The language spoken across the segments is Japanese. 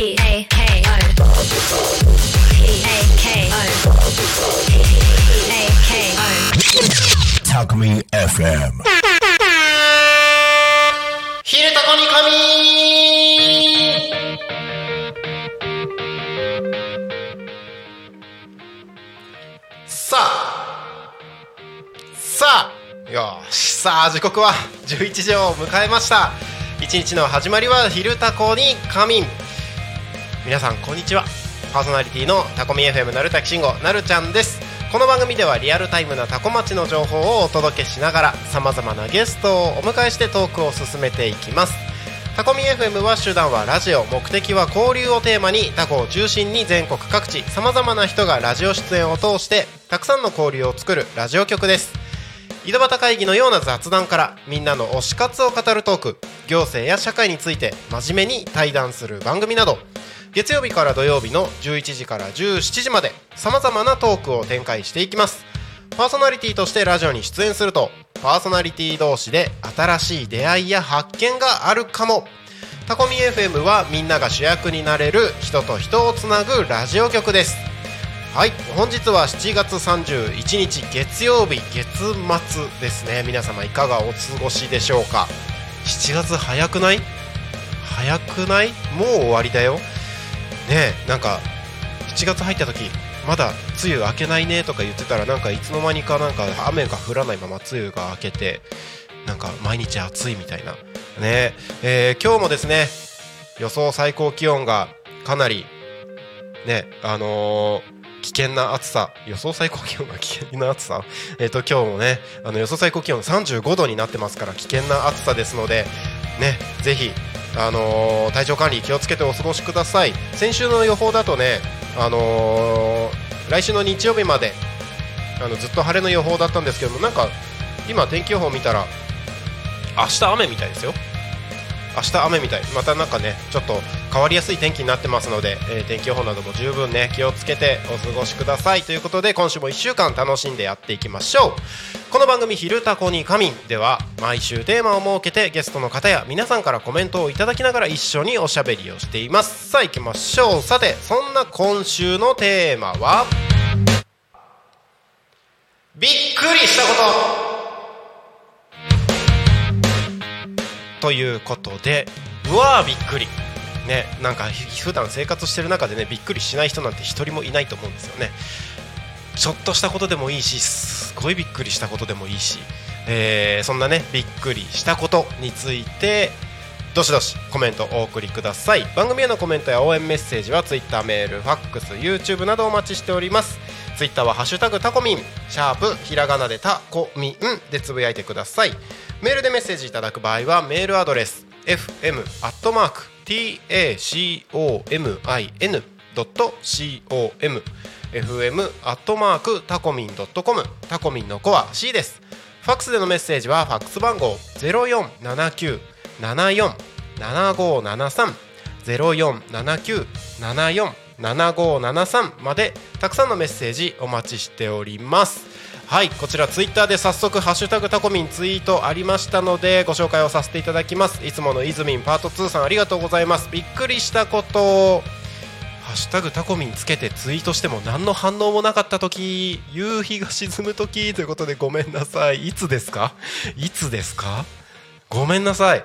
タコミン FM 昼タコに神さあよし、さあ時刻は11時を迎えました。一日の始まりは昼タコに神。皆さんこんにちは。パーソナリティのタコミ FM なるたきしんごなるちゃんです。この番組ではリアルタイムなタコ町の情報をお届けしながら様々なゲストをお迎えしてトークを進めていきます。タコミ FM は手段はラジオ、目的は交流をテーマにタコを中心に全国各地様々な人がラジオ出演を通してたくさんの交流を作るラジオ局です。井戸端会議のような雑談からみんなの推し活を語るトーク、行政や社会について真面目に対談する番組など、月曜日から土曜日の11時から17時まで様々なトークを展開していきます。パーソナリティとしてラジオに出演するとパーソナリティ同士で新しい出会いや発見があるかも。タコミ FM はみんなが主役になれる人と人をつなぐラジオ局です。はい、本日は7月31日月曜日、月末ですね。皆様いかがお過ごしでしょうか。7月早くない？早くない？もう終わりだよね。え、なんか7月入った時まだ梅雨明けないねとか言ってたら、なんかいつの間にかなんか雨が降らないまま梅雨が明けて、なんか毎日暑いみたいなね。今日もですね、予想最高気温がかなりね、危険な暑さ、予想最高気温が危険な暑さ、今日もね、予想最高気温35度になってますから危険な暑さですのでね、ぜひ体調管理気をつけてお過ごしください。先週の予報だとね、来週の日曜日までずっと晴れの予報だったんですけども、なんか今天気予報見たら明日雨みたいですよ。明日雨みたい。またなんかね、ちょっと変わりやすい天気になってますので、天気予報なども十分ね気をつけてお過ごしくださいということで、今週も1週間楽しんでやっていきましょう。この番組昼タコに神では毎週テーマを設けてゲストの方や皆さんからコメントをいただきながら一緒におしゃべりをしています。さあ行きましょう。さて、そんな今週のテーマはびっくりしたことということで、うわーびっくりね。なんか普段生活してる中でね、びっくりしない人なんて一人もいないと思うんですよね。ちょっとしたことでもいいし、すごいびっくりしたことでもいいし、そんなねびっくりしたことについてどしどしコメントお送りください。番組へのコメントや応援メッセージは Twitter、メール、ファックス、YouTube などお待ちしております。 Twitter はハッシュタグタコミン、シャープひらがなでタコミンでつぶやいてください。メールでメッセージいただく場合はメールアドレス fm@tacomin.com fm@tacomin.com、 タコミンの子は C です。ファックスでのメッセージはファックス番号 0479747573 0479747573 までたくさんのメッセージお待ちしております。はい、こちらツイッターで早速ハッシュタグタコミンツイートありましたのでご紹介をさせていただきます。いつものイズミンパート2さんありがとうございます。びっくりしたことハッシュタグタコミンつけてツイートしても何の反応もなかった時、夕日が沈む時ということでごめんなさい。いつですかごめんなさい。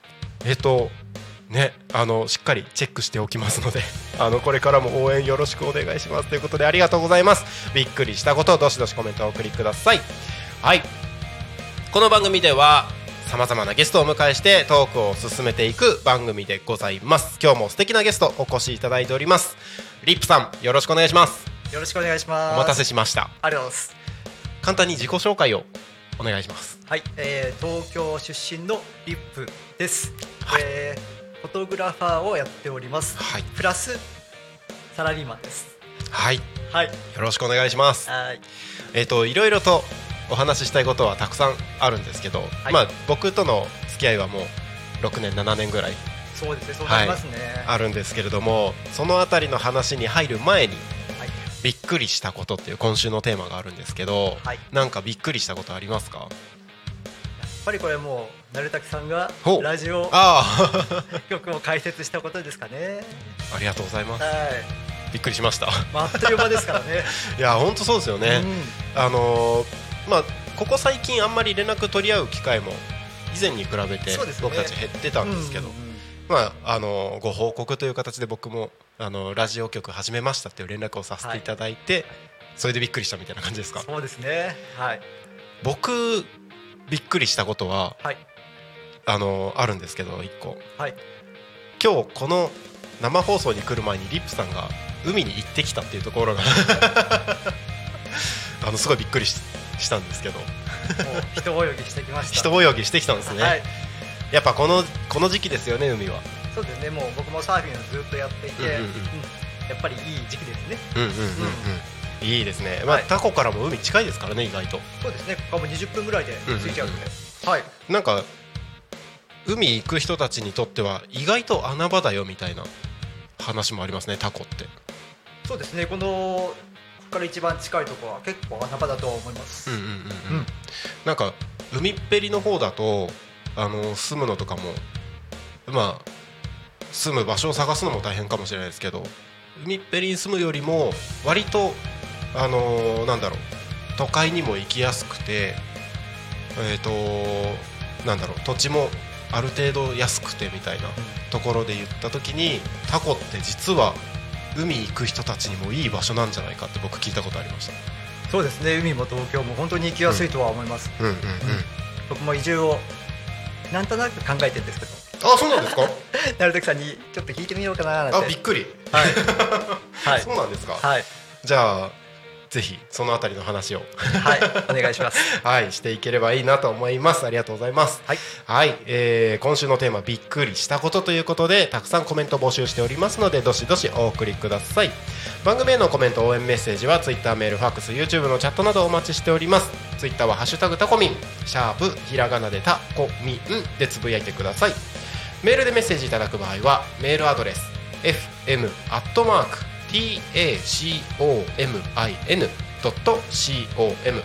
ね、しっかりチェックしておきますのでこれからも応援よろしくお願いしますということで、ありがとうございます。びっくりしたことをどしどしコメントをお送りください。はい、この番組では様々なゲストをお迎えしてトークを進めていく番組でございます。今日も素敵なゲストお越しいただいております。リップさん、よろしくお願いします。 よろしくお願いします。 お待たせしました。 ありがとうございます。 簡単に自己紹介をお願いします。 はい、東京出身のリップです。 はい、 フォトグラファーをやっております。 はい、 プラスサラリーマンです。 はい、 はい、 よろしくお願いします。 はい、 いろいろとお話ししたいことはたくさんあるんですけど、はい、まあ僕との付き合いはもう6年7年ぐらい、 そうですね、そうなりますね、 はい、あるんですけれども、そのあたりの話に入る前に、はい、びっくりしたことっていう今週のテーマがあるんですけど、はい、なんかびっくりしたことありますか？やっぱりこれもう成滝さんがラジオ曲を解説したことですかね。 ありがとうございます。 はい、 びっくりしました。 あっという間ですからね。 いや本当そうですよね。まあここ最近あんまり連絡取り合う機会も以前に比べて僕たち減ってたんですけど、まあご報告という形で僕もラジオ局始めましたっていう連絡をさせていただいて、それでびっくりしたみたいな感じですか。 そうですね、はい、 僕びっくりしたことは、 はい、 あるんですけど1個、 はい、 今日この生放送に来る前にリップさんが海に行ってきたっていうところがすごいびっくりしたんですけど、もう人泳ぎしてきました。 人泳ぎしてきたんですね、はい、やっぱこの時期ですよね、海は。 そうですね、もう僕もサーフィンをずっとやっていて、やっぱりいい時期ですね。 いいですね、まあタコからも海近いですからね、意外と。 そうですね、ここも20分ぐらいで着いちゃうので、はい、 なんか海行く人たちにとっては意外と穴場だよみたいな話もありますね、タコって。 そうですね、ここから一番近いところは結構穴場だと思います。 なんか海っぺりの方だと住むのとかも、まあ住む場所を探すのも大変かもしれないですけど、海っぺりに住むよりも割となんだろう、都会にも行きやすくて、なんだろう、土地もある程度安くてみたいなところで言った時に、タコって実は海行く人たちにもいい場所なんじゃないかって僕聞いたことありました。 そうですね、海も東京も本当に行きやすいとは思います。僕も移住をなんとなく考えてるんですけど。 あ、そうなんですか。 なるときさんにちょっと聞いてみようかななんて。 あ、びっくり。はい、そうなんですか。はい、じゃあぜひそのあたりの話をはい、お願いします。 はい、していければいいなと思います。ありがとうございます。はい、はい、今週のテーマびっくりしたことということで、たくさんコメント募集しておりますので、どしどしお送りください。番組へのコメント、応援メッセージは Twitter、メール、ファックス、YouTube のチャットなどお待ちしております。 Twitter はハッシュタグタコミン、シャープひらがなでタコミンでつぶやいてください。メールでメッセージいただく場合はメールアドレス fm@tacomin.com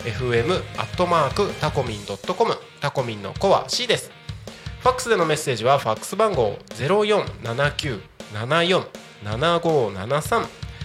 fm@tacomin.com タコミンのコア C です。ファックスでのメッセージはファックス番号 0479747573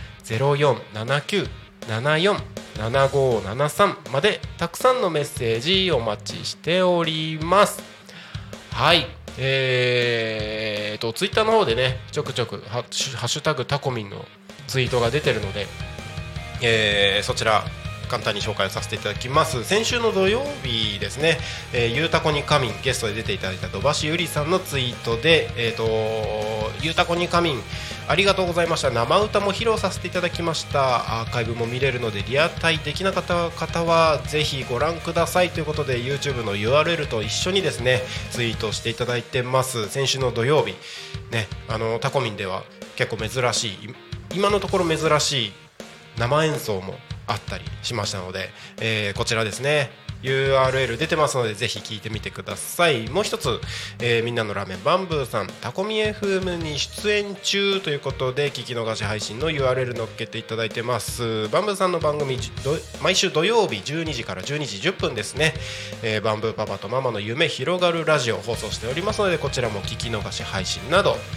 0479747573 までたくさんのメッセージお待ちしております。はい、ツイッターの方でね、ちょくちょくハッシュタグタコミンのツイートが出てるので、そちら簡単に紹介させていただきます。先週の土曜日ですね、ゆうたこにかみん、ゲストで出ていただいた土橋ゆりさんのツイートで、ゆうたこにかみんありがとうございました、生歌も披露させていただきました、アーカイブも見れるのでリアタイできなかった方はぜひご覧くださいということで YouTube の URL と一緒にですねツイートしていただいてます。先週の土曜日ね、タコミンでは結構珍しい、今のところ珍しい生演奏もあったりしましたので、こちらですね URL 出てますのでぜひ聞いてみてください。もう一つ、みんなのラーメンバンブーさんタコミ FM に出演中ということで聞き逃し配信の URL 載っけていただいてます。バンブーさんの番組毎週土曜日12時から12時10分ですね、バンブーパパとママの夢広がるラジオ放送しておりますので、こちらも聞き逃し配信など、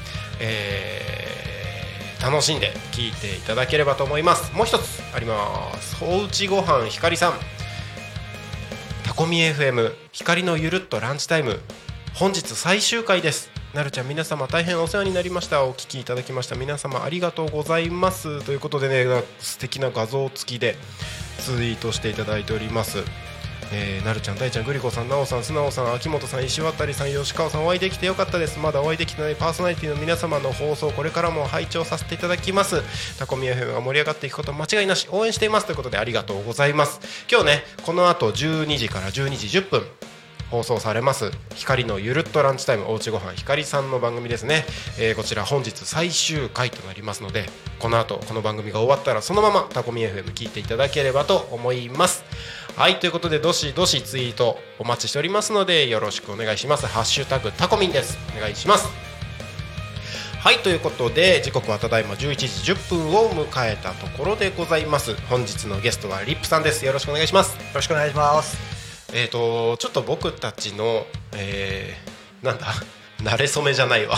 楽しんで聞いていただければと思います。もう一つあります。おうちごはんひかりさん、タコミ FM 光のゆるっとランチタイム本日最終回です。なるちゃん皆様大変お世話になりました。お聞きいただきました皆様ありがとうございますということでね、素敵な画像付きでツイートしていただいております。なるちゃん、大ちゃん、グリコさん、なおさん、素直さん、秋元さん、石渡さん、吉川さん、お会いできてよかったです。まだお会いできてないパーソナリティの皆様の放送これからも拝聴させていただきます。タコミ FM が盛り上がっていくこと間違いなし応援していますということでありがとうございます。今日ねこの後12時から12時10分放送されます光のゆるっとランチタイムおうちごはんひかりさんの番組ですね、こちら本日最終回となりますので、この後この番組が終わったらそのままタコミ FM 聞いていただければと思います。はい、ということでどしどしツイートお待ちしておりますのでよろしくお願いします。ハッシュタグタコミンです。お願いします。はい、ということで時刻はただいま11時10分を迎えたところでございます。本日のゲストはリップさんです。よろしくお願いします。よろしくお願いします。 ちょっと僕たちの、 慣れ初めじゃないわ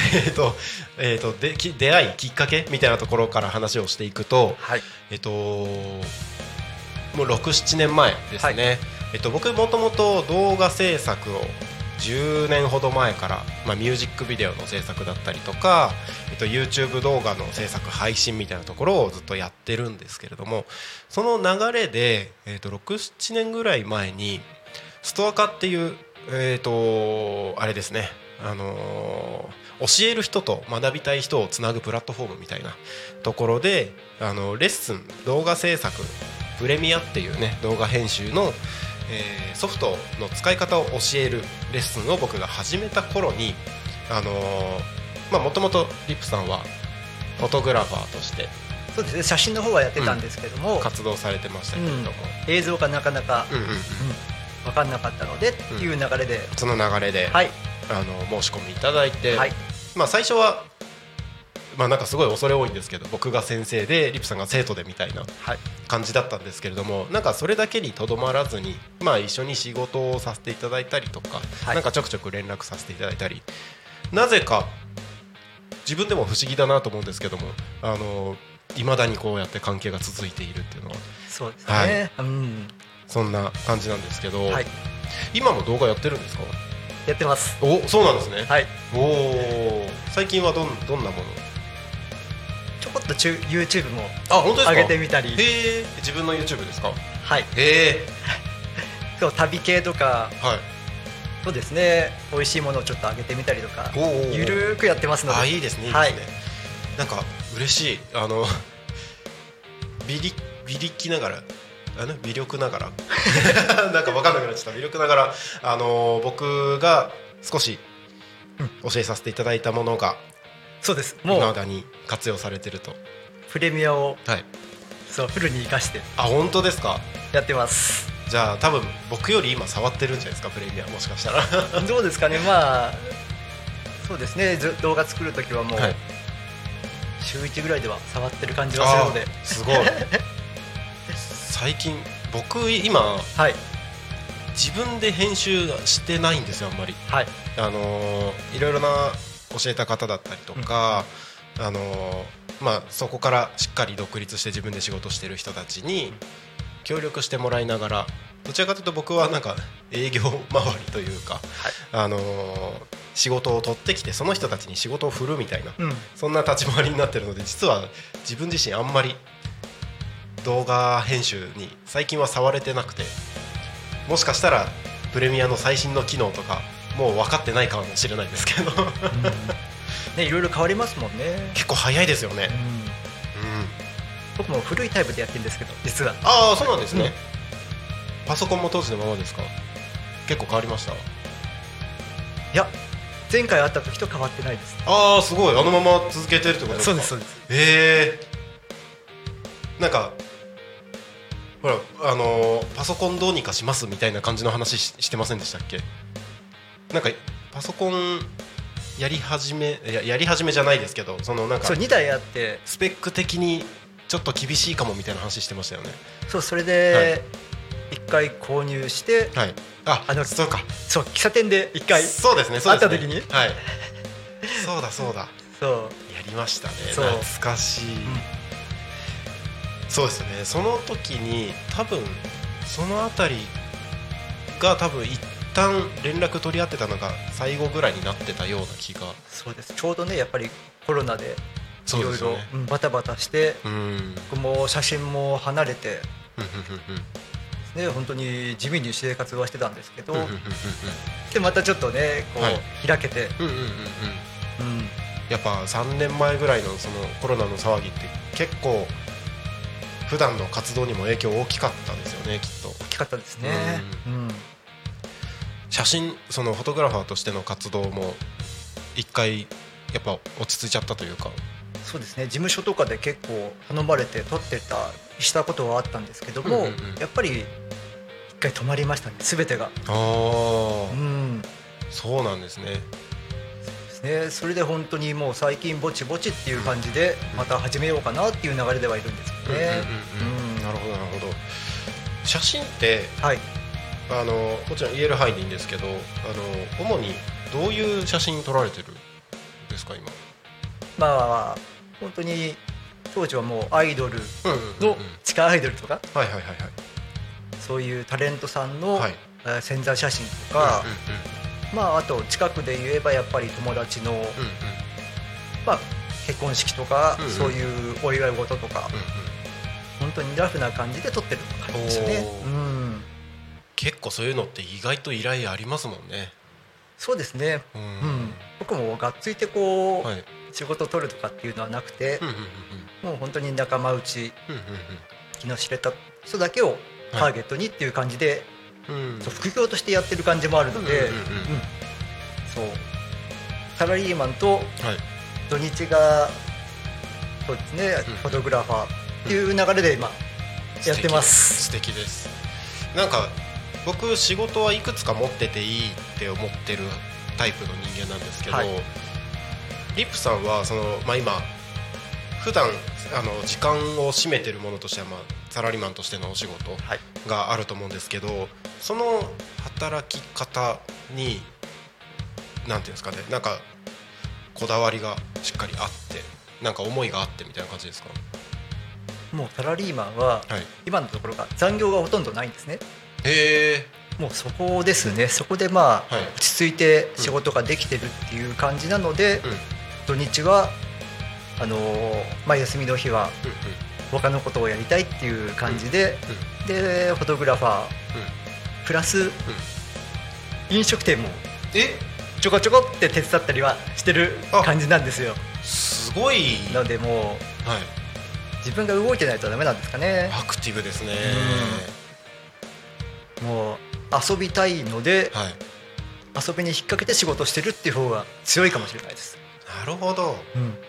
出会いきっかけみたいなところから話をしていくと、 はい、 もう 6,7 年前ですね、はい、僕もともと動画制作を10年ほど前から、ミュージックビデオの制作だったりとか、YouTube 動画の制作配信みたいなところをずっとやってるんですけれども、その流れで、6,7 年ぐらい前にストアカっていう、あれですね、教える人と学びたい人をつなぐプラットフォームみたいなところでレッスン、動画制作、プレミアっていうね動画編集のソフトの使い方を教えるレッスンを僕が始めた頃にもともとリップさんはフォトグラファーとしてそうですね、写真の方はやってたんですけども、 活動されてましたけれども、 映像がなかなか分かんなかったのでっていう流れで、 その流れで、はい、申し込みいただいて、はい、最初はなんかすごい恐れ多いんですけど、僕が先生でリップさんが生徒でみたいな感じだったんですけれども、なんかそれだけにとどまらずに、一緒に仕事をさせていただいたりとか、はい、なんかちょくちょく連絡させていただいたり、なぜか自分でも不思議だなと思うんですけども、未だにこうやって関係が続いているっていうのは、 そうですね、はい、 そんな感じなんですけど、はい、今も動画やってるんですか？ やってます。 そうなんですね。 はい。 最近はどんなもの？ ちょこっとYouTube も上げてみたり。 自分の YouTube ですか？ はい。そう、旅系とか、はい、そうですね、美味しいものをちょっと上げてみたりとか、ゆるーくやってますので。 いいですね、いいですね、はい、なんか嬉しい、微力ながら微力ながらなんか分かんなくなっちゃった。微力ながら僕が少し教えさせていただいたものが、 そうです、もう未だに活用されてると。 プレミアを、 はい、 そうフルに生かして。 本当ですか？ やってます。 じゃあ多分僕より今触ってるんじゃないですか、プレミア、もしかしたらどうですかね。そうですね、動画作るときはもう、はい、週1ぐらいでは触ってる感じはするので。 すごい最近僕今、はい、自分で編集してないんですよ、あんまり。はい、いろいろな教えた方だったりとか、そこからしっかり独立して自分で仕事してる人たちに協力してもらいながら、どちらかというと僕はなんか営業周りというか、はい、仕事を取ってきてその人たちに仕事を振るみたいな、そんな立ち回りになってるので、実は自分自身あんまり動画編集に最近は触れてなくて、もしかしたらプレミアの最新の機能とかもう分かってないかもしれないですけどね、いろいろ変わりますもんね。 結構早いですよね。 僕も古いタイプでやってるんですけど、実は。 そうなんですね。パソコンも当時のままですか？結構変わりました？いや、前回会った時と変わってないです。 すごい、まま続けてるってことですか？ そうです、そうです。 なんかほらパソコンどうにかしますみたいな感じの話 してませんでしたっけ？なんかパソコンやり始めじゃないですけど、なんか 2台あってスペック的にちょっと厳しいかもみたいな話してましたよね。 それで1回購入して、 はい、そうか、 そう、喫茶店で1回そうですね、 会った時に、 はい、そうだそうやりましたね。懐かしい、そうですね。その時に多分そのあたりが一旦連絡取り合ってたのが最後ぐらいになってたような気が。 そうです、ちょうどね、やっぱりコロナでいろいろバタバタして、僕も写真も離れて本当に地味に生活はしてたんですけど、でまたちょっとねこう開けて、 やっぱ3年前ぐらいのそのコロナの騒ぎって結構普段の活動にも影響大きかったんですよね、きっと。 大きかったですね。 写真、そのフォトグラファーとしての活動も一回やっぱ落ち着いちゃったというか。 そうですね、事務所とかで結構頼まれて撮ってしたことはあったんですけども、やっぱり一回止まりましたね、全てが。 そうなんですね。 それで本当にもう最近ぼちぼちっていう感じでまた始めようかなっていう流れではいるんですけどね。 なるほどなるほど。写真って、はい、もちろん言える範囲でいいんですけど、主にどういう写真撮られてるんですか今？ まあ本当に当時はもうアイドルの地下アイドルとか、そういうタレントさんの宣材写真とか、まああと近くで言えばやっぱり友達のまあ結婚式とかそういうお祝い事とか、本当にラフな感じで撮ってる感じですね。 結構そういうのって意外と依頼ありますもんね。 そうですね。僕もがっついてこう仕事を取るとかっていうのはなくて、もう本当に仲間内気の知れた人だけをターゲットにっていう感じで、副業としてやってる感じもあるので、そうサラリーマンと土日がそうですね、フォトグラファーっていう流れで今やってます。 素敵です。なんか僕仕事はいくつか持ってていいって思ってるタイプの人間なんですけど、リップさんはその、今普段時間を占めてるものとしては、サラリーマンとしてのお仕事があると思うんですけど、その働き方になんていうんですかね、なんかこだわりがしっかりあって、なんか思いがあってみたいな感じですか？ もうサラリーマンは今のところが残業がほとんどないんですね。もうそこですね。そこで落ち着いて仕事ができてるっていう感じなので、土日は休みの日は他のことをやりたいっていう感じで、でフォトグラファープラス飲食店もちょこちょこって手伝ったりはしてる感じなんですよ。 すごい。 なのでもう自分が動いてないとダメなんですかね。 アクティブですね。 もう遊びたいので、遊びに引っ掛けて仕事してるっていう方が強いかもしれないです。 なるほど。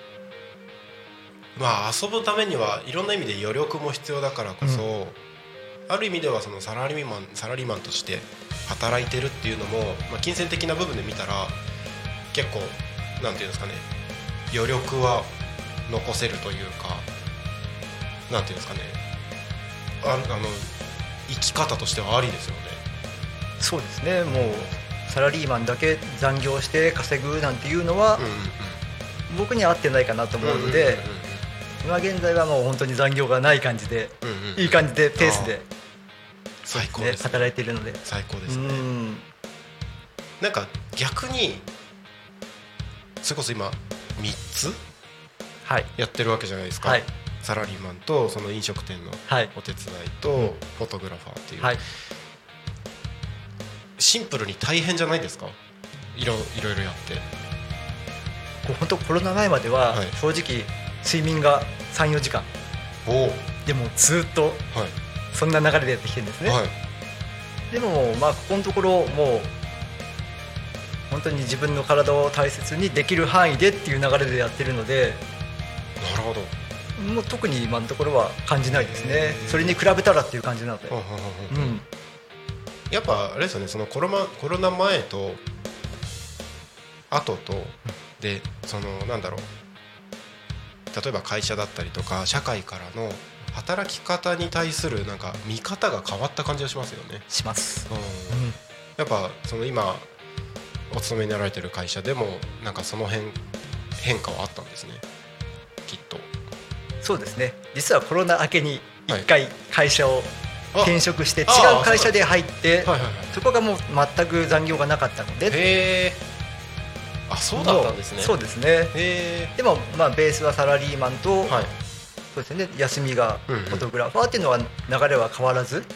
遊ぶためにはいろんな意味で余力も必要だからこそ、ある意味ではそのサラリーマンとして働いてるっていうのも、金銭的な部分で見たら結構なんていうんですかね、余力は残せるというか、なんていうんですかね、生き方としてはありですよね。 そうですね。もうサラリーマンだけ残業して稼ぐなんていうのは僕には合ってないかなと思うので、今現在はもう本当に残業がない感じで、いい感じでペースで最高ですね。 働いているので最高ですね。なんか逆にそれこそ今3つやってるわけじゃないですか。サラリーマンとその飲食店のお手伝いとフォトグラファーっていう、シンプルに大変じゃないですか？いろいろやって本当コロナ前までは正直睡眠が 3,4 時間でもずっとそんな流れでやってきてるんですね。でもここのところもう本当に自分の体を大切にできる範囲でっていう流れでやってるので、 なるほど。 もう特に今のところは感じないですね。それに比べたらっていう感じなので、 やっぱあれですよね、そのコロナ前と後とで、そのなんだろう、例えば会社だったりとか社会からの働き方に対するなんか見方が変わった感じがしますよね。 します。 やっぱその今お勤めになられてる会社でもなんかその辺変化はあったんですね、きっと。 そうですね。実はコロナ明けに1回会社を転職して違う会社で入って、そこがもう全く残業がなかったので。 そうだったんですね。 そうですね。でもベースはサラリーマンと、そうですね、休みがフォトグラファーっていうのは流れは変わらず、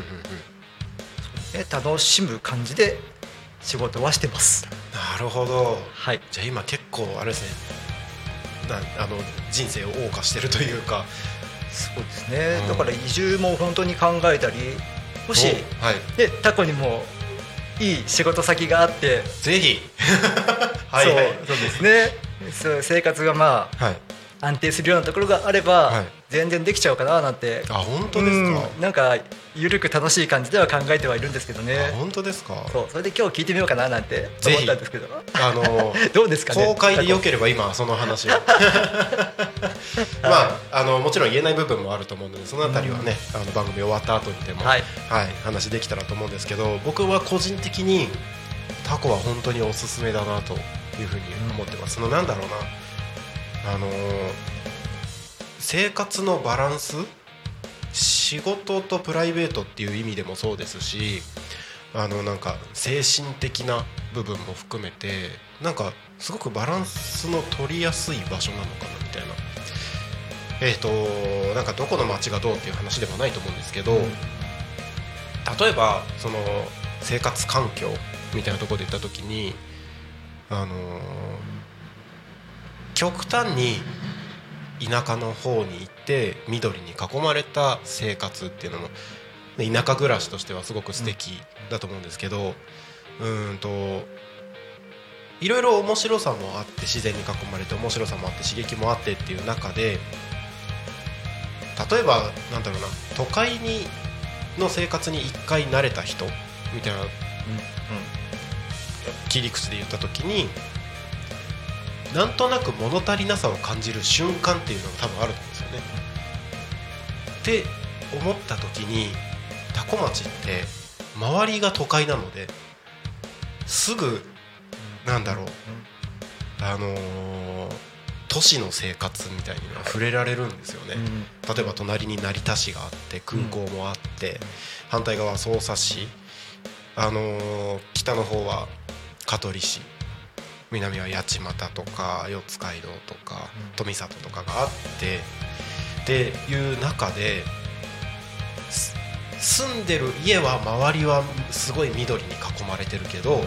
楽しむ感じで仕事はしてます。 なるほど。じゃあ今結構あれですね、人生を謳歌してるというか。 そうですね。だから移住も本当に考えたり、もしタコにもいい仕事先があってぜひそうですね。そう生活が安定するようなところがあれば、全然できちゃうかななんて。 本当ですか？ なんか緩く楽しい感じでは考えてはいるんですけどね。 本当ですか？ それで今日聞いてみようかななんて思ったんですけど、どうですかね。 公開でよければ今その話をもちろん言えない部分もあると思うので、そのあたりはね、番組終わった後にでも話できたらと思うんですけど、僕は個人的にタコは本当におすすめだなというふうに思ってます。なんだろうな、生活のバランス、仕事とプライベートっていう意味でもそうですし、なんか精神的な部分も含めてなんかすごくバランスの取りやすい場所なのかなみたいな、なんかどこの街がどうっていう話でもないと思うんですけど、例えばその生活環境みたいなところで言った時に、極端に田舎の方に行って緑に囲まれた生活っていうのも田舎暮らしとしてはすごく素敵だと思うんですけど、いろいろ面白さもあって自然に囲まれて面白さもあって刺激もあってっていう中で、例えばなんだろうな、都会の生活に一回慣れた人みたいな切り口で言った時に、なんとなく物足りなさを感じる瞬間っていうのが多分あると思うんですよね。って思った時に多古町って周りが都会なのですぐなんだろう、都市の生活みたいには触れられるんですよね。例えば隣に成田市があって空港もあって、反対側は匝瑳市、北の方は香取市、南は八街とか四街道とか富里とかがあってっていう中で、住んでる家は周りはすごい緑に囲まれてるけど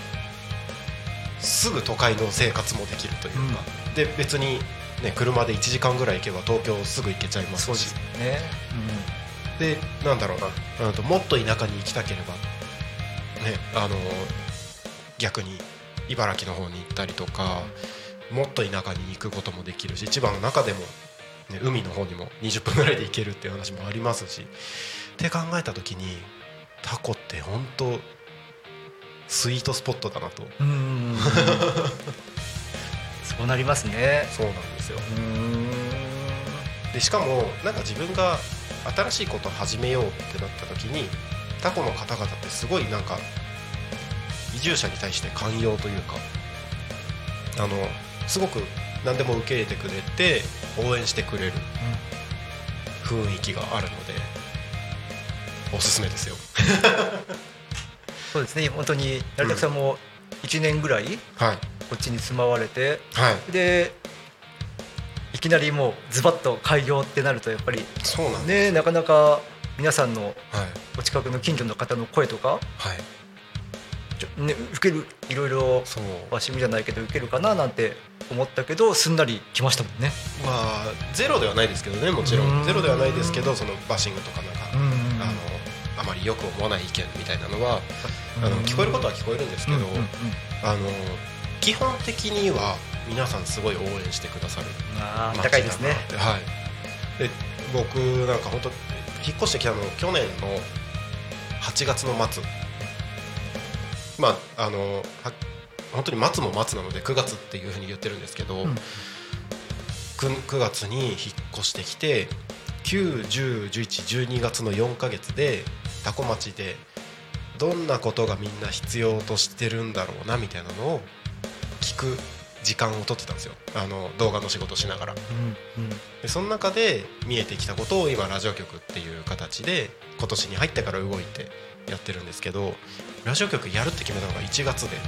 すぐ都会の生活もできるというか、で別に、ね、車で1時間ぐらい行けば東京すぐ行けちゃいますし、そうですね、でなんだろうな、もっと田舎に行きたければ、ね、逆に茨城の方に行ったりとか、もっと田舎に行くこともできるし、千葉の中でも、ね、海の方にも20分ぐらいで行けるっていう話もありますしって考えた時にタコって本当スイートスポットだなと。 そうなりますね。 そうなんですよ。でしかもなんか自分が新しいことを始めようってなった時にタコの方々ってすごいなんか移住者に対して寛容というか、すごく何でも受け入れてくれて応援してくれる雰囲気があるのでおすすめですよ。 そうですね、本当に成田さんも1年ぐらいこっちに住まわれて、でいきなりもうズバッと開業ってなるとやっぱりそうなんね、なかなか皆さんのお近くの近所の方の声とか、ね、受ける、いろいろわしみじゃないけど受けるかななんて思ったけどすんなり来ましたもんね。 まあゼロではないですけどね、もちろんゼロではないですけど、そのバッシングとかなんかあまりよく思わない意見みたいなのは聞こえることは聞こえるんですけど、基本的には皆さんすごい応援してくださる街だなって。 高いですね。 で僕なんか本当引っ越してきたの去年の8月の末、本当に末も末なので9月っていう風に言ってるんですけど、9月に引っ越してきて9、10、11、12月の4ヶ月で多古町でどんなことがみんな必要としてるんだろうなみたいなのを聞く時間を取ってたんですよ、動画の仕事しながら、でその中で見えてきたことを今ラジオ局っていう形で今年に入ってから動いてやってるんですけど、ラジオ局やるって決めたのが1月で、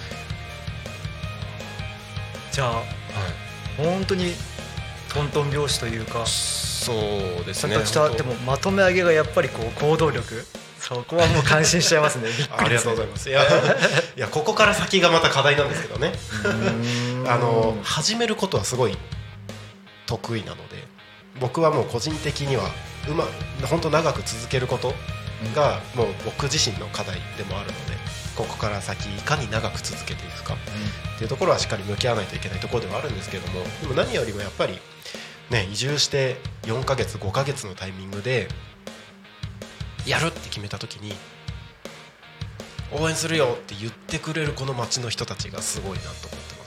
じゃあ、本当にトントン拍子というか、 そうですね、 でもまとめ上げがやっぱりこう行動力、そこはもう感心しちゃいますね。びっくりですね。 ありがとうございます。いやここから先がまた課題なんですけどね。始めることはすごい得意なので、僕はもう個人的には本当長く続けることがもう僕自身の課題でもあるので、ここから先いかに長く続けていくかっていうところはしっかり向き合わないといけないところではあるんですけども、でも何よりもやっぱりね、移住して4ヶ月5ヶ月のタイミングでやるって決めた時に応援するよって言ってくれるこの町の人たちがすごいなと思ってます。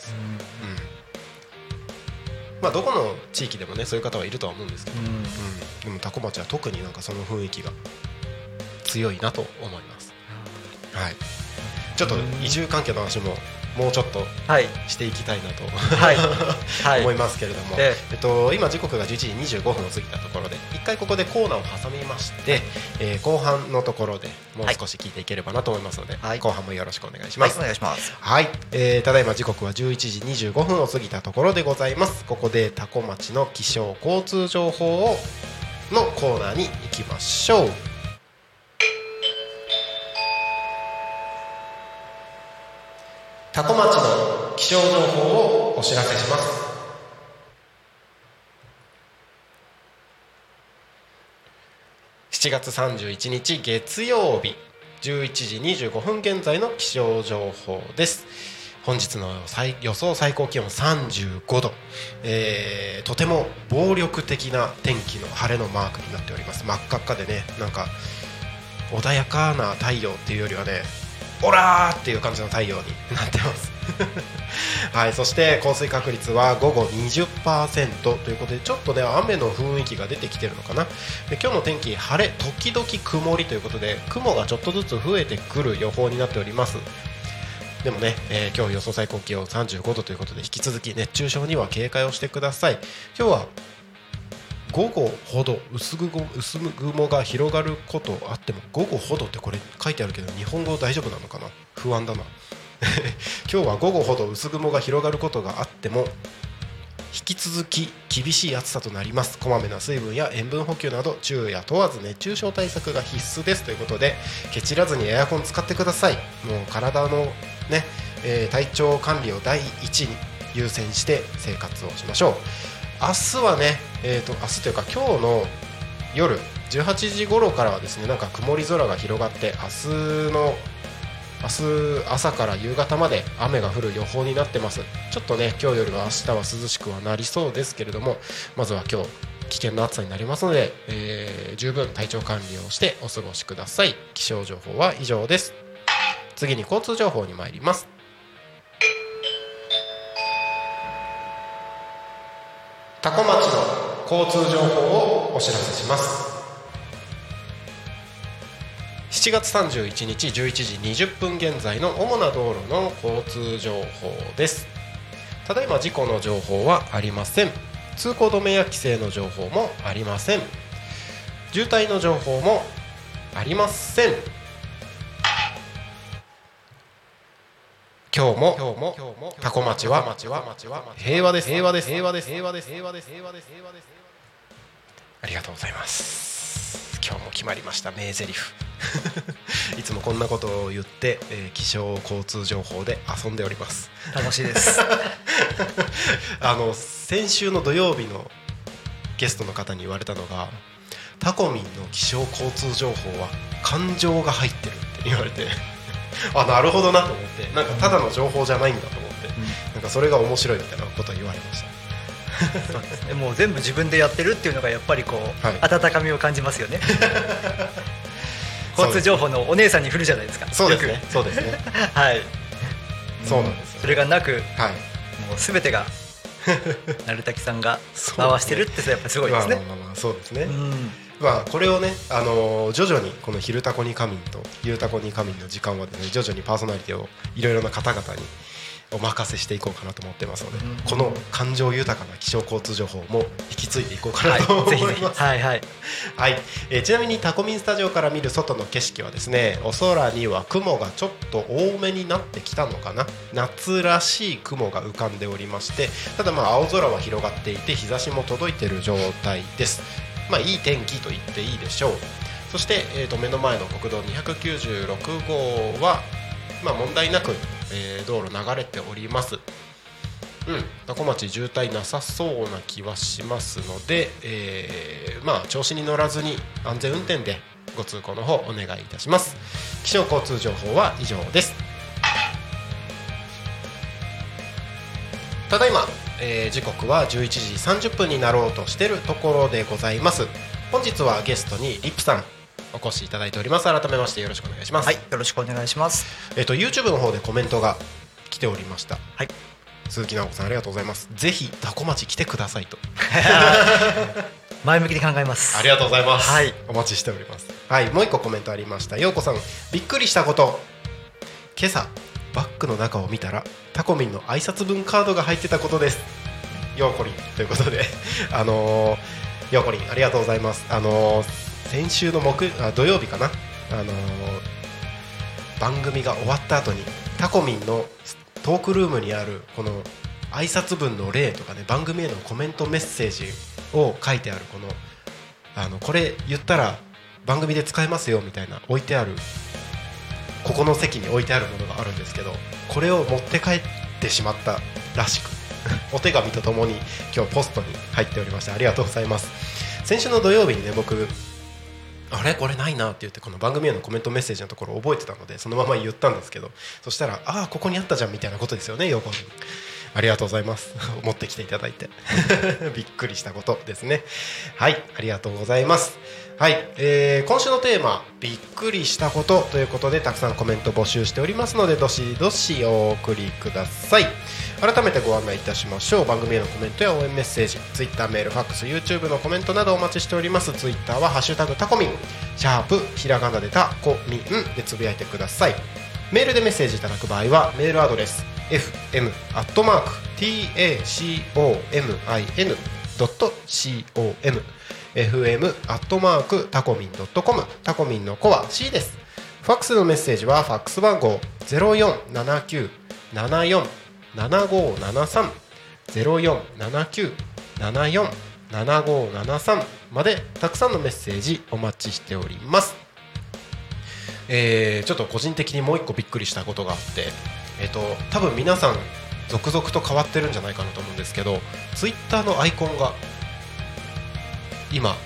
どこの地域でもねそういう方はいるとは思うんですけど、でも多古町は特になんかその雰囲気が強いなと思います。 ちょっと移住関係の話ももうちょっとしていきたいなと、思いますけれども、今時刻が11時25分を過ぎたところで一回ここでコーナーを挟みまして、後半のところでもう少し聞いていければなと思いますので、後半もよろしくお願いします。 お願いします。 はい、ただいま時刻は11時25分を過ぎたところでございます。ここで多古町の気象交通情報のコーナーに行きましょう。多古町の気象情報をお知らせします。7月31日月曜日11時25分現在の気象情報です。本日の予想最高気温35度、とても暴力的な天気の晴れのマークになっております。真っ赤っかでね、なんか穏やかな太陽っていうよりはね、オラーっていう感じの太陽になってますはい、そして降水確率は午後 20% ということで、ちょっとね雨の雰囲気が出てきてるのかな。で、今日の天気晴れ時々曇りということで、雲がちょっとずつ増えてくる予報になっております。でもね、今日予想最高気温35度ということで、引き続き熱中症には警戒をしてください。今日は午後ほど薄雲が広がることあっても、午後ほどってこれ書いてあるけど日本語大丈夫なのかな、不安だな今日は午後ほど薄雲が広がることがあっても引き続き厳しい暑さとなります。こまめな水分や塩分補給など昼夜問わず熱中症対策が必須ですということで、ケチらずにエアコン使ってください。もう体のね、体調管理を第一に優先して生活をしましょう。明日はね、明日というか今日の夜18時頃からはですね、なんか曇り空が広がって、明日朝から夕方まで雨が降る予報になってます。ちょっとね今日よりは明日は涼しくはなりそうですけれども、まずは今日危険な暑さになりますので、十分体調管理をしてお過ごしください。気象情報は以上です。次に交通情報に参ります。多古町の交通情報をお知らせします。7月31日11時20分現在の主な道路の交通情報です。ただいま事故の情報はありません。通行止めや規制の情報もありません。渋滞の情報もありません。今日も多古町は平和です。ありがとうございます。今日も決まりました名台詞いつもこんなことを言って、気象交通情報で遊んでおります。 楽しいです先週の土曜日のゲストの方に言われたのが、タコミンの気象交通情報は感情が入ってるって言われてあ、なるほどなと思って、なんかただの情報じゃないんだと思って、なんかそれが面白いみたいなことを言われましたそうですね、もう全部自分でやってるっていうのがやっぱりこう、温かみを感じますよね交通情報のお姉さんに振るじゃないですか。 そうですね、そうですねはい、 そうなんですよ。 それがなく、もう全てが鳴滝さんが回してるってやっぱりすごいですね。 そうですね。これをね、徐々にこの昼タコに仮眠と夕タコに仮眠の時間はですね、徐々にパーソナリティをいろいろな方々にお任せしていこうかなと思ってますので、この感情豊かな気象交通情報も引き継いでいこうかなと思います。ちなみにタコミンスタジオから見る外の景色はですね、お空には雲がちょっと多めになってきたのかな。夏らしい雲が浮かんでおりまして、ただ青空は広がっていて日差しも届いている状態です。いい天気と言っていいでしょう。そして、目の前の国道296号は、問題なく、道路流れております。多古町渋滞なさそうな気はしますので、調子に乗らずに安全運転でご通行の方お願いいたします。気象交通情報は以上です。ただいま時刻は11時30分になろうとしているところでございます。本日はゲストにリップさんお越しいただいております。改めましてよろしくお願いします。 はい、よろしくお願いします。 YouTube の方でコメントが来ておりました。 はい、 鈴木直子さんありがとうございます。ぜひ多古町来てくださいと前向きに考えます。 ありがとうございます、 はい、 お待ちしております。はい、もう一個コメントありました。ようこさん、びっくりしたこと、 今朝バッグの中を見たらタコミンの挨拶分カードが入ってたことです。ようこりんということでようこりんありがとうございます。先週の土曜日かな、番組が終わった後にタコミンのトークルームにあるこの挨拶文の例とかね、番組へのコメントメッセージを書いてあるこれ言ったら番組で使えますよみたいな置いてある、ここの席に置いてあるものがあるんですけど、これを持って帰ってしまったらしくお手紙とともに今日ポストに入っておりまして、ありがとうございます。先週の土曜日にね、僕あれこれないなって言ってこの番組へのコメントメッセージのところ覚えてたのでそのまま言ったんですけど、そしたらここにあったじゃんみたいなことですよね。横にありがとうございます持ってきていただいてびっくりしたことですね。はい、ありがとうございます。はい、今週のテーマびっくりしたことということでたくさんコメント募集しておりますのでどしどしお送りください。改めてご案内いたしましょう。番組へのコメントや応援メッセージ、 Twitter、メール、ファックス、 YouTube のコメントなどお待ちしております。 Twitter はハッシュタグタコミンひらがなでタコミンでつぶやいてください。メールでメッセージいただく場合はメールアドレス fm@tacomin.com fm@tacomin.com タコミンの子は C です。ファックスのメッセージはファックス番号 0479747573 0479747573 までたくさんのメッセージお待ちしております。ちょっと個人的にもう一個びっくりしたことがあって、多分皆さん続々と変わってるんじゃないかなと思うんですけど、ツイッターのアイコンが今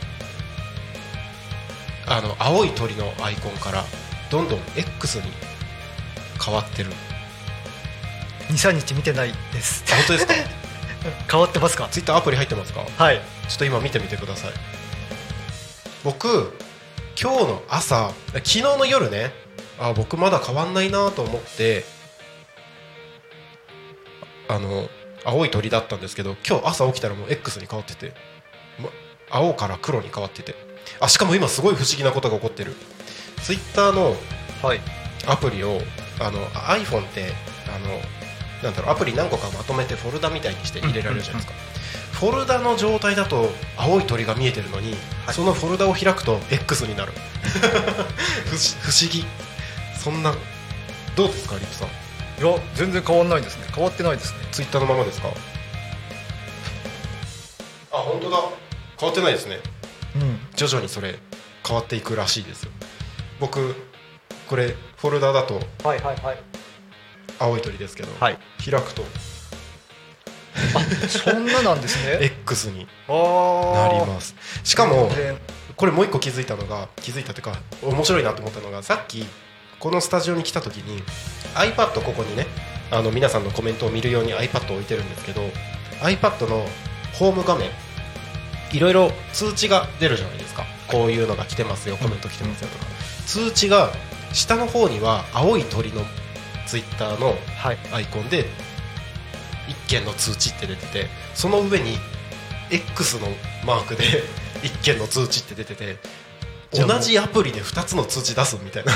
青い鳥のアイコンからどんどん X に変わってる。 2,3 日見てないです。 本当ですか変わってますか？ ツイッターアプリ入ってますか？ はい、 ちょっと今見てみてください。僕今日の朝、昨日の夜ね、僕まだ変わんないなと思って青い鳥だったんですけど、今日朝起きたらもう X に変わってて、青から黒に変わってて、しかも今すごい不思議なことが起こってる。ツイッターのアプリをiPhone ってなんだろう、アプリ何個かまとめてフォルダみたいにして入れられるじゃないですか。フォルダの状態だと青い鳥が見えてるのに、そのフォルダを開くと X になる不思議。そんなどうですかリプさん？ いや全然変わんないですね。変わってないですね。 ツイッターのままですか？本当だ、変わってないですね。徐々にそれ変わっていくらしいですよ。僕これフォルダだと青い鳥ですけど、開くとそんななんですね X になります。しかもこれもう一個気づいたというか面白いなと思ったのが、さっきこのスタジオに来た時に iPad ここにね皆さんのコメントを見るように iPad を置いてるんですけど、 iPad のホーム画面いろいろ通知が出るじゃないですか。こういうのが来てますよ、コメント来てますよとか、通知が下の方には青い鳥のツイッターのアイコンで1件の通知って出てて、その上に X のマークで1件の通知って出てて、同じアプリで2つの通知出すみたいな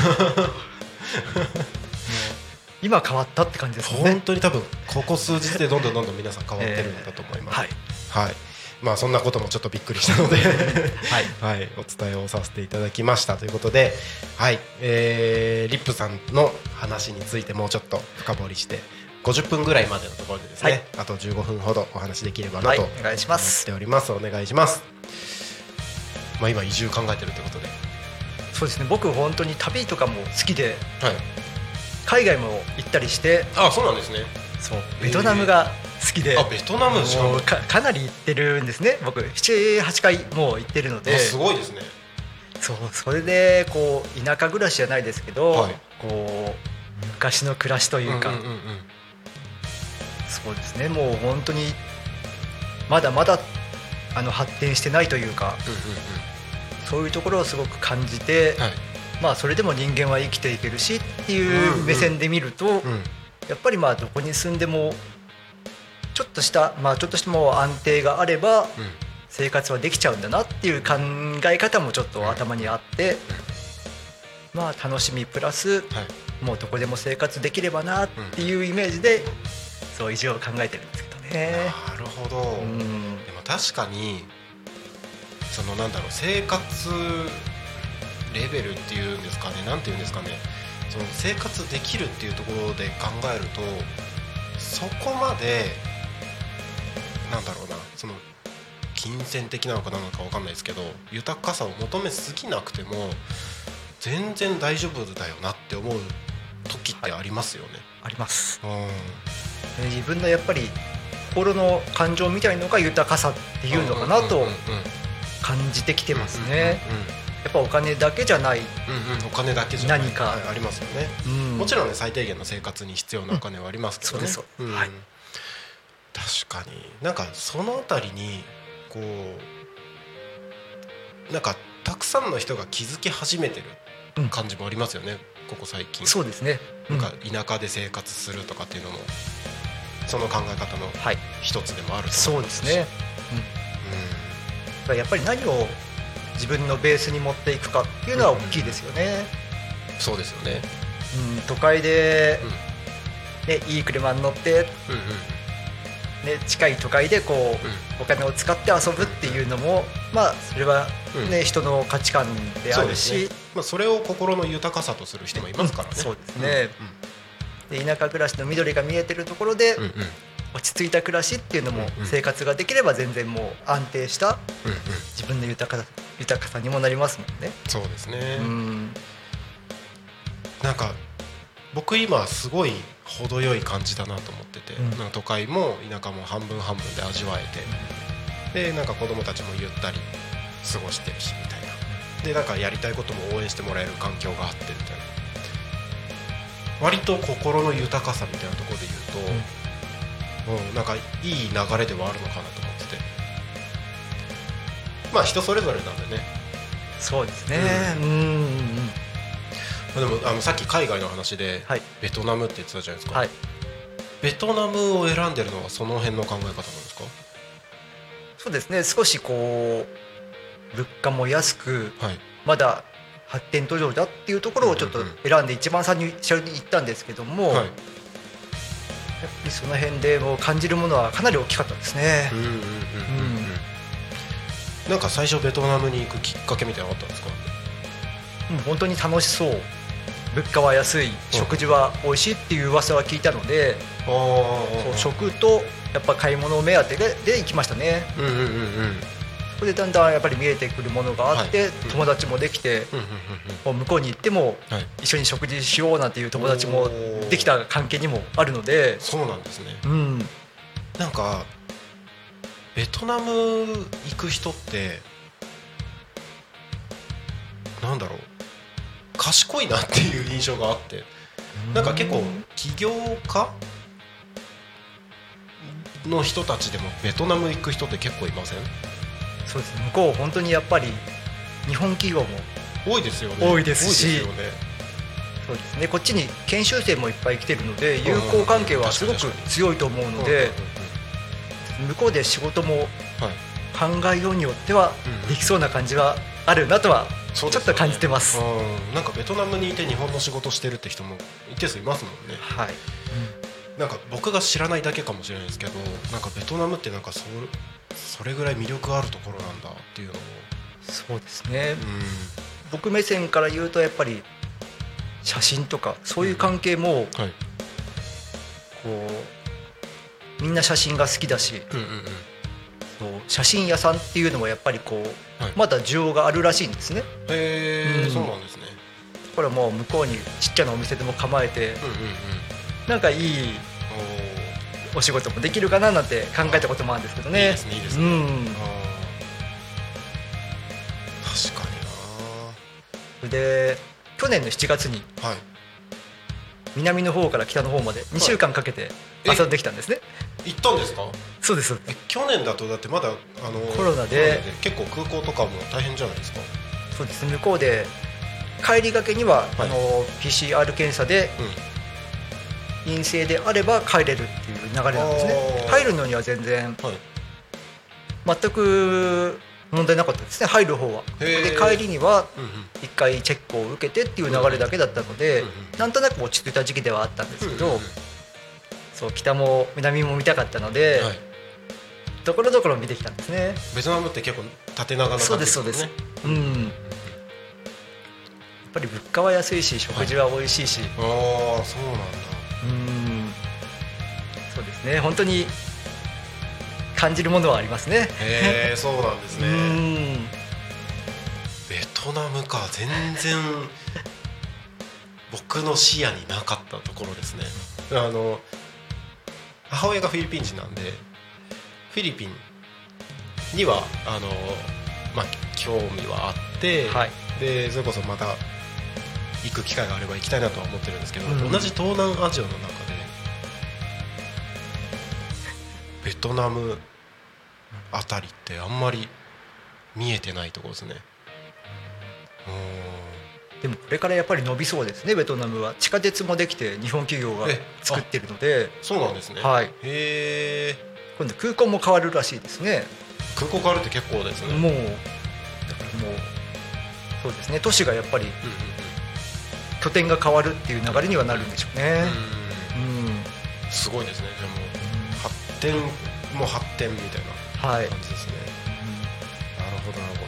今変わったって感じですね。 本当に多分ここ数日でどんどん皆さん変わってるんだと思います。そんなこともちょっとびっくりしたのでお伝えをさせていただきましたということで、リップさんの話についてもうちょっと深掘りして50分ぐらいまでのところでですね、あと15分ほどお話できればなと思っております。お願いします。今移住考えてるということで。 そうですね、僕本当に旅とかも好きで、海外も行ったりして。 そうなんですね。 そう、ベトナムが好きで、 ベトナムしかもかなり行ってるんですね。僕 7,8 回もう行ってるので。 すごいですね。 それでこう田舎暮らしじゃないですけど、こう昔の暮らしというか、そうですね、もう本当にまだまだ発展してないというか、そういうところをすごく感じて、それでも人間は生きていけるしっていう目線で見ると、やっぱりどこに住んでもちょっとしたもう安定があれば生活はできちゃうんだなっていう考え方もちょっと頭にあって、楽しみプラスもうどこでも生活できればなっていうイメージで、そう移住を考えてるんですけどね。 なるほど、でも確かにそのなんだろう、生活レベルっていうんですかね、なんていうんですかね、その生活できるっていうところで考えると、そこまでなんだろうな、その金銭的なのか何なのか分かんないですけど、豊かさを求めすぎなくても全然大丈夫だよなって思う時ってありますよね。 あります。自分のやっぱり心の感情みたいのが豊かさっていうのかなと感じてきてますね。やっぱお金だけじゃない、 お金だけじゃない何かありますよね。もちろんね、最低限の生活に必要なお金はありますけどね。 そうです、はい、 確かになんかそのあたりにこうなんかたくさんの人が気づき始めてる感じもありますよね、ここ最近。 そうですね、 なんか田舎で生活するとかっていうのもその考え方の一つでもあると思いますし、 そうですね、やっぱり何を自分のベースに持っていくかっていうのは大きいですよね。 そうですよね。 都会で、ね、いい車に乗って、ね、近い都会でこう、お金を使って遊ぶっていうのも、まあそれは、ね、人の価値観であるし、 それを心の豊かさとする人もいますからね。 そうですね、で田舎暮らしの緑が見えてるところで、落ち着いた暮らしっていうのも生活ができれば全然もう安定した自分の豊かさにもなりますもんね。 そうですね。なんか僕今すごい程よい感じだなと思ってて、なんか都会も田舎も半分半分で味わえて、でなんか子供たちもゆったり過ごしてるしみたいな、でなんかやりたいことも応援してもらえる環境があってみたいな、割と心の豊かさみたいなところで言うと、なんかいい流れではあるのかなと思ってて、まあ人それぞれなんでね。 そうですね。 でもさっき海外の話で、ベトナムって言ってたじゃないですか、ベトナムを選んでるのはその辺の考え方なんですか？ そうですね、少しこう物価も安く、まだ発展途上だっていうところをちょっと選んで一番最初に行ったんですけども、やっぱりその辺でもう感じるものはかなり大きかったですね。 なんか最初ベトナムに行くきっかけみたいなのあったんですか？ 本当に楽しそう、物価は安い、食事は美味しいっていう噂は聞いたので、食とやっぱ買い物を目当てで行きましたね。そこでだんだんやっぱり見えてくるものがあって、友達もできて、向こうに行っても一緒に食事しようなんていう友達もできた関係にもあるので。 そうなんですね。なんかベトナム行く人ってなんだろう、賢いなっていう印象があって、なんか結構起業家の人たちでもベトナム行く人って結構いません？ そうですね、向こう本当にやっぱり日本企業も多いですよね。 多いですし、そうですね、こっちに研修生もいっぱい来てるので友好関係はすごく強いと思うので、向こうで仕事も考えようによってはできそうな感じはあるなとはちょっと感じてます。 なんかベトナムにいて日本の仕事してるって人も一定数いますもんね。なんか僕が知らないだけかもしれないですけど、なんかベトナムってなんかそれぐらい魅力があるところなんだっていうのも。 そうですね、僕目線から言うとやっぱり写真とかそういう関係も、こうみんな写真が好きだし、そう写真屋さんっていうのもやっぱりこう、まだ需要があるらしいんですね。 そうなんですね。 これはもう向こうにちっちゃなお店でも構えて、なんかいいお仕事もできるかななんて考えたこともあるんですけどね。 いいですね、いいですね。確かにな。で去年の7月に、南の方から北の方まで2週間かけて遊んできたんですね。 行ったんですか？ そうです。 去年だとだってまだコロナで結構空港とかも大変じゃないですか？ そうです。向こうで帰りがけには、PCR 検査で陰性であれば帰れるっていう流れなんですね。入るのには全然、全く問題なかったですね、入る方は。で帰りには1回チェックを受けてっていう流れだけだったので、なんとなく落ち着いた時期ではあったんですけど、そう北も南も見たかったので、ところどころ見てきたんですね。 ベトナムって結構縦長な感じですね。 そうですそうです。やっぱり物価は安いし食事は美味しいし、 ああそうなんだ。 そうですね、本当に感じるものはありますね。 そうなんですね。ベトナムか、全然僕の視野になかったところですね。母親がフィリピン人なんで、フィリピンには興味はあって、でそれこそまた行く機会があれば行きたいなとは思ってるんですけど、同じ東南アジアの中でベトナムあたりってあんまり見えてないところですね。 でもこれからやっぱり伸びそうですね。ベトナムは地下鉄もできて日本企業が作ってるので。 そうなんですね。 今度空港も変わるらしいですね。 空港変わるって結構ですね。 もうそうですね、都市がやっぱり拠点が変わるっていう流れにはなるんでしょうね。 すごいですね。じゃあもう発展みたいな感じですね。なるほどなるほ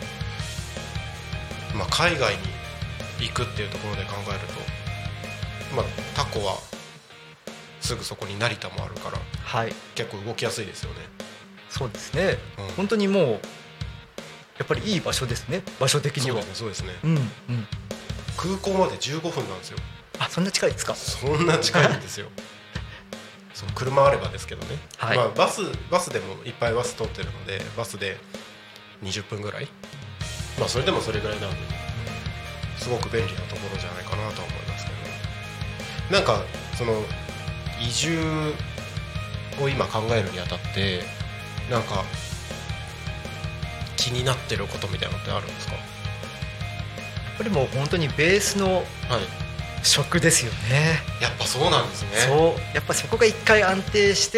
ど。海外に行くっていうところで考えると、タコはすぐそこに成田もあるから、結構動きやすいですよね。 そうですね、本当にもうやっぱりいい場所ですね、場所的には。 そうですね。空港まで15分なんですよ。 あ、そんな近いですか。 そんな近いんですよ。そう車あればですけどね、バスでもいっぱいバス通ってるので、バスで20分ぐらい、それでもそれぐらいなのですごく便利なところじゃないかなと思いますけど、なんかその移住を今考えるにあたってなんか気になってることみたいなのってあるんですか？ やっぱりもう本当にベースの食ですよね。 やっぱそうなんですね。 やっぱそこが一回安定して、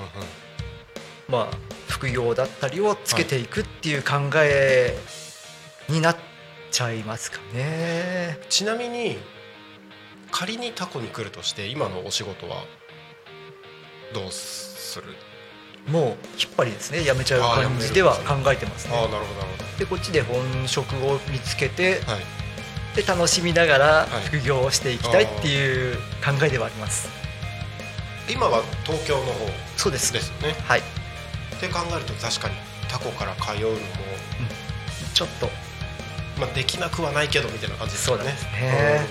副業だったりをつけていくっていう考えになっちゃいますかね。 ちなみに仮にタコに来るとして今のお仕事はどうする？ もう引っ張りですね、やめちゃう感じでは考えてますね。 なるほどなるほど。 でこっちで本職を見つけて、で楽しみながら副業をしていきたいっていう考えではあります。 今は東京の方そうですよね。って考えると確かにタコから通うのも、 ちょっとできなくはないけどみたいな感じですよね。 そうですね。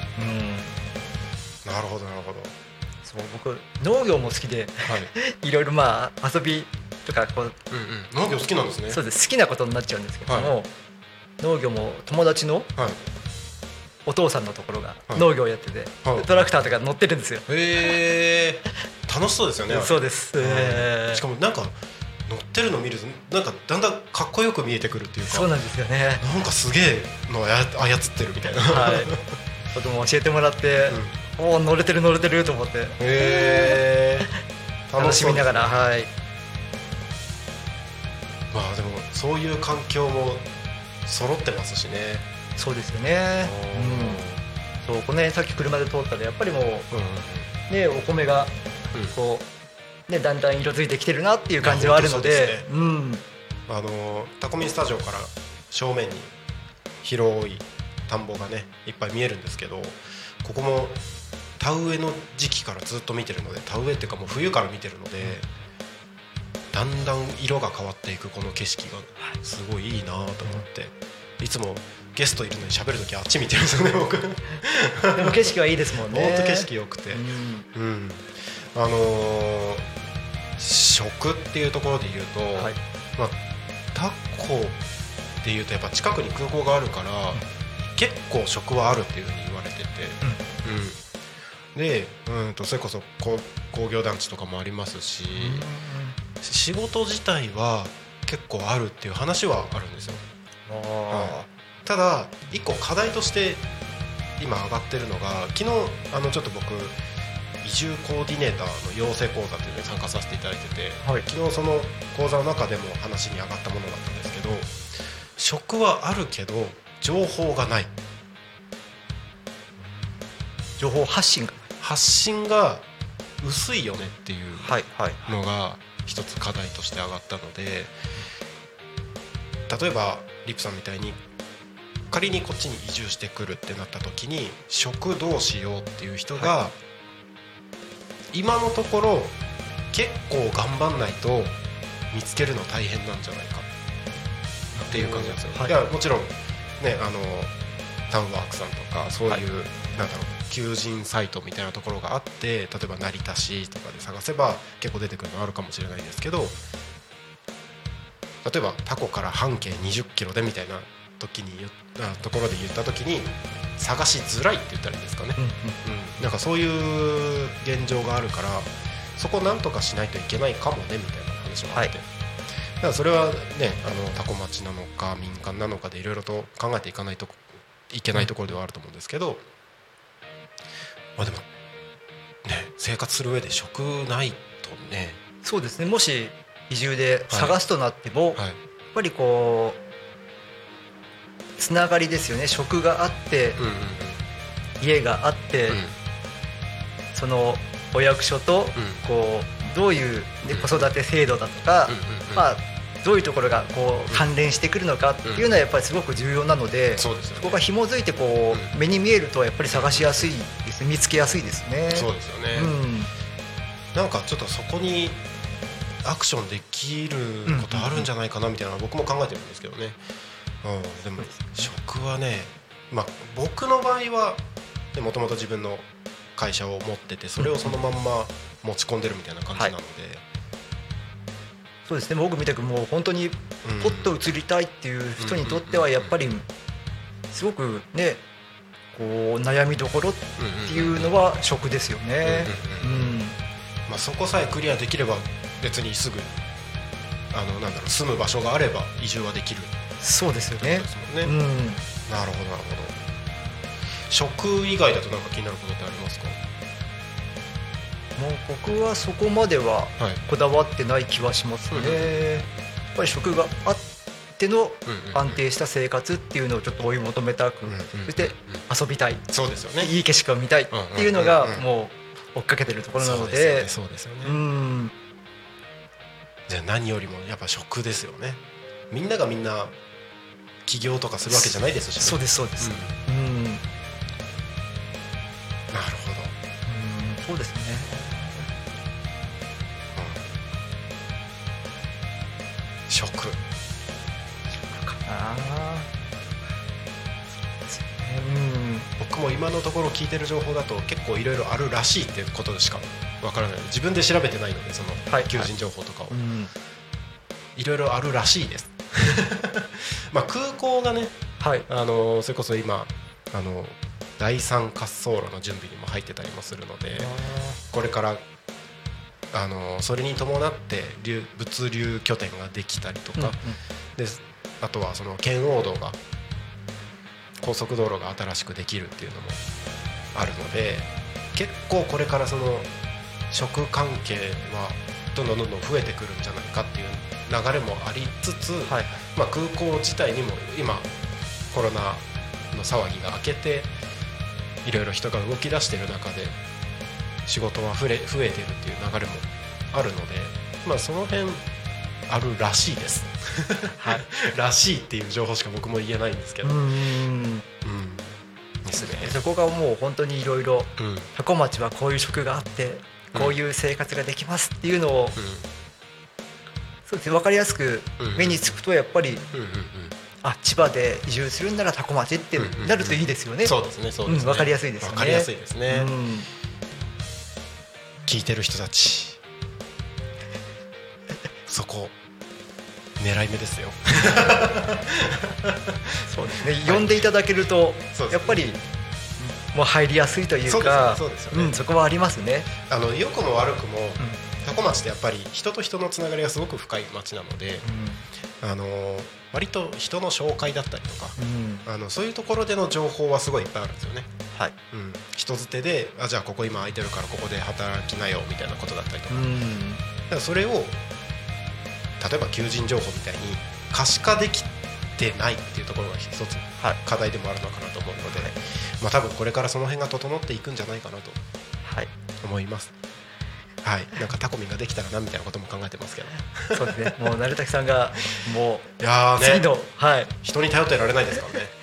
なるほどなるほど。 そう僕農業も好きで、いろいろ遊びとか農業好きなんですね。 そうです、好きなことになっちゃうんですけども、農業も友達のお父さんのところが農業やってて、トラクターとか乗ってるんですよ。 楽しそうですよね。 そうです。 しかもなんか乗ってるの見るとなんかだんだんかっこよく見えてくるっていうか。 そうなんですよね。 なんかすげえの操ってるみたいな。 僕も教えてもらって、乗れてると思って、楽しみながら。 でもそういう環境も揃ってますしね。 そうですよね。そうこの辺さっき車で通ったらやっぱりもうお米がだんだん色づいてきてるなっていう感じはあるので、 タコミンスタジオから正面に広い田んぼがねいっぱい見えるんですけど、ここも田植えの時期からずっと見てるので、田植えっていうかもう冬から見てるので、だんだん色が変わっていくこの景色がすごいいいなと思って、いつもゲストいるのに喋るときあっち見てるんですよね僕。 でも景色はいいですもんね。 本当景色良くて、食っていうところで言うと、タコっていうとやっぱ近くに空港があるから、結構食はあるっていうふうに言われてて、でそれこそ工業団地とかもありますし、仕事自体は結構あるっていう話はあるんですよ。ただ一個課題として今上がってるのが、昨日ちょっと僕移住コーディネーターの養成講座というのに参加させていただいてて、 はい、 昨日その講座の中でも話に上がったものだったんですけど、職はあるけど情報がない、 情報発信が薄いよねっていうはいはいのが一つ課題として上がったので、例えばリップさんみたいに仮にこっちに移住してくるってなった時に職どうしようっていう人が今のところ結構頑張んないと見つけるの大変なんじゃないかっていう感じなんですよ、 はい、 いやもちろんねタウンワークさんとかそういう、はい、なんだろう求人サイトみたいなところがあって、例えば成田市とかで探せば結構出てくるのあるかもしれないんですけど、例えばタコから半径20キロでみたいなところで言った時に探しづらいって言ったらいいんですかね、なんかそういう現状があるから、そこをなんとかしないといけないかもねみたいな話もあって、だからそれはねタコ町なのか民間なのかでいろいろと考えていかないといけないところではあると思うんですけど、まあでもね生活する上で職ないとね。 そうですね、もし移住で探すとなっても、やっぱりこうつながりですよね。職があって、家があって、そのお役所とこうどういう子育て制度だとか、まあどういうところがこう関連してくるのかっていうのはやっぱりすごく重要なので、そこが紐づいてこう目に見えるとやっぱり探しやすいですね、見つけやすいですね。 そうですよね、なんかちょっとそこにアクションできることあるんじゃないかなみたいな僕も考えてるんですけどね、でも職はね、まあ僕の場合はもともと自分の会社を持っててそれをそのまんま持ち込んでるみたいな感じなので、 そうですね、僕みたくもう本当にポッと移りたいっていう人にとってはやっぱりすごくねこう悩みどころっていうのは職ですよね。 まあそこさえクリアできれば別にすぐなんだろう住む場所があれば移住はできる。 そうですよね。 なるほどなるほど。職以外だと何か気になることってありますか？ もう僕はそこまではこだわってない気はしますね。やっぱり職があっての安定した生活っていうのをちょっと追い求めたく、そして遊びたい、 そうですよね、 いい景色を見たいっていうのがもう追っかけてるところなので、 そうですよね。じゃあ何よりもやっぱ職ですよね。みんながみんな起業とかするわけじゃないですしね。 そうですそうです。 なるほど。 そうですね。 職かな。 僕も今のところ聞いてる情報だと結構いろいろあるらしいっていうことでしかわからない。自分で調べてないのでその求人情報とかをいろいろあるらしいです。まあ空港がね、それこそ今第3滑走路の準備にも入ってたりもするので、これからそれに伴って物流拠点ができたりとか、であとはその圏央道が高速道路が新しくできるっていうのもあるので、結構これからその食関係はどんどん増えてくるんじゃないかっていう流れもありつつ、まあ空港自体にも今コロナの騒ぎが明けていろいろ人が動き出している中で仕事は増えてるっていう流れもあるので、まあその辺あるらしいです。らしいっていう情報しか僕も言えないんですけど、ですね。 そこがもう本当にいろいろ多古町はこういう職があってこういう生活ができますっていうのをそうですね、分かりやすく目につくとやっぱり千葉で移住するんなら多古町ってなるといいですよね。 そうですね、そうですね。 分かりやすいですよね。 分かりやすいですね。聞いてる人たちそこ狙い目ですよ。 そうですね、呼んでいただけるとやっぱりもう入りやすいというか、そこはありますね。 良くも悪くも多古町ってやっぱり人と人のつながりがすごく深い町なので、 割と人の紹介だったりとか、そういうところでの情報はすごいいっぱいあるんですよね。 はい、 人づてでじゃあここ今空いてるからここで働きなよみたいなことだったりとか、だからそれを例えば求人情報みたいに可視化できてないっていうところが一つ課題でもあるのかなと思うので、多分これからその辺が整っていくんじゃないかなと思います。はい、なんかタコミンができたらなみたいなことも考えてますけどそうですね、もう成滝さんがもういやー、ね、 次の、 人に頼ってられないですからね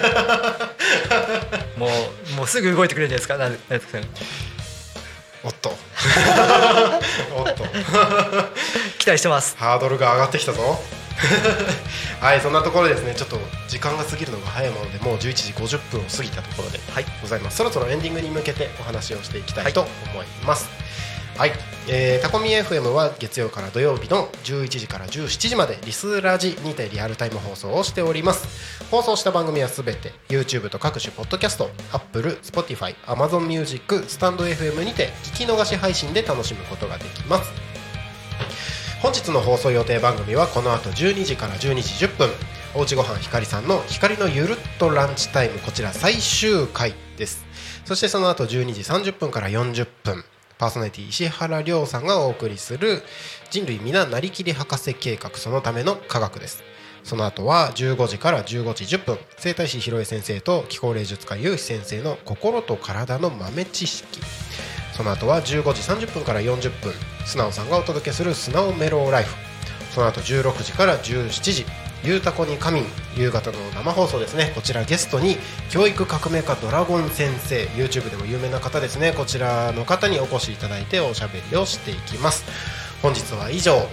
もうすぐ動いてくれるんじゃないですか、成滝さん。 おっと期待してます。 ハードルが上がってきたぞはい、そんなところですね。ちょっと時間が過ぎるのが早いものでもう11時50分を過ぎたところでございます。そろそろエンディングに向けてお話をしていきたいと思います。はい、タコミ FM は月曜から土曜日の11時から17時までリスラジにてリアルタイム放送をしております。放送した番組はすべて YouTube と各種ポッドキャスト、Apple、Spotify、Amazon Music、スタンド FM にて聞き逃し配信で楽しむことができます。本日の放送予定番組はこの後12時から12時10分おうちごはんひかりさんの光のゆるっとランチタイム、こちら最終回です。そしてその後12時30分から40分パーソナリティ石原亮さんがお送りする人類皆なりきり博士計画そのための科学です。その後は15時から15時10分整体師ひろえ先生と気候霊術家ゆうひ先生の心と体の豆知識。その後は15時30分から40分素直さんがお届けする素直メローライフ。その後16時から17時ゆうたこに仮眠夕方の生放送ですね。こちらゲストに教育革命家ドラゴン先生 YouTube でも有名な方ですね。こちらの方にお越しいただいておしゃべりをしていきます。本日は以上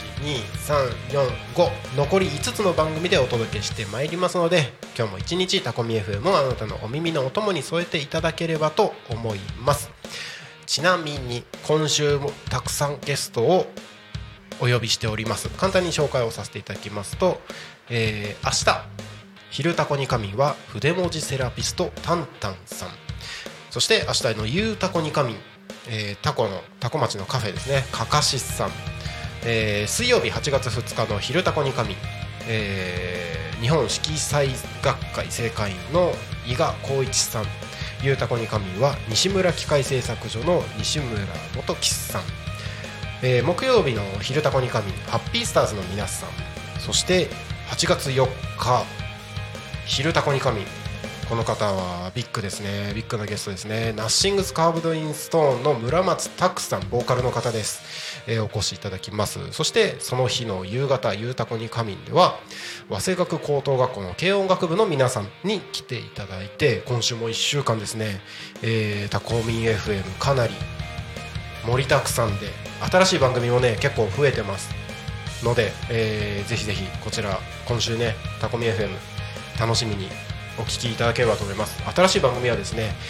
1,2,3,4,5 残り5つの番組でお届けしてまいりますので今日も一日タコミ FM をあなたのお耳のお供に添えていただければと思います。ちなみに今週もたくさんゲストをお呼びしております。簡単に紹介をさせていただきますと、明日昼タコに仮眠は筆文字セラピストタンタンさん、そして明日のゆうタコに仮眠、タコ町のカフェですねかかしさん、水曜日8月2日の昼タコに仮眠、日本色彩学会正会員の伊賀光一さん、ゆうたこに仮眠は西村機械製作所の西村元吉さん、木曜日の昼タコに仮眠ハッピースターズの皆さん、そして8月4日昼タコに仮眠この方はビッグですね。ビッグなゲストですね。ナッシングスカーブドインストーンの村松拓さんボーカルの方です。お越しいただきます。そしてその日の夕方ゆうたこに仮眠では早稲学高等学校の軽音楽部の皆さんに来ていただいて今週も1週間ですね、タコミン FM かなり盛りだくさんで新しい番組もね結構増えてますので、ぜひぜひこちら今週ねタコミ FM 楽しみにお聞きいただければと思います。新しい番組はですね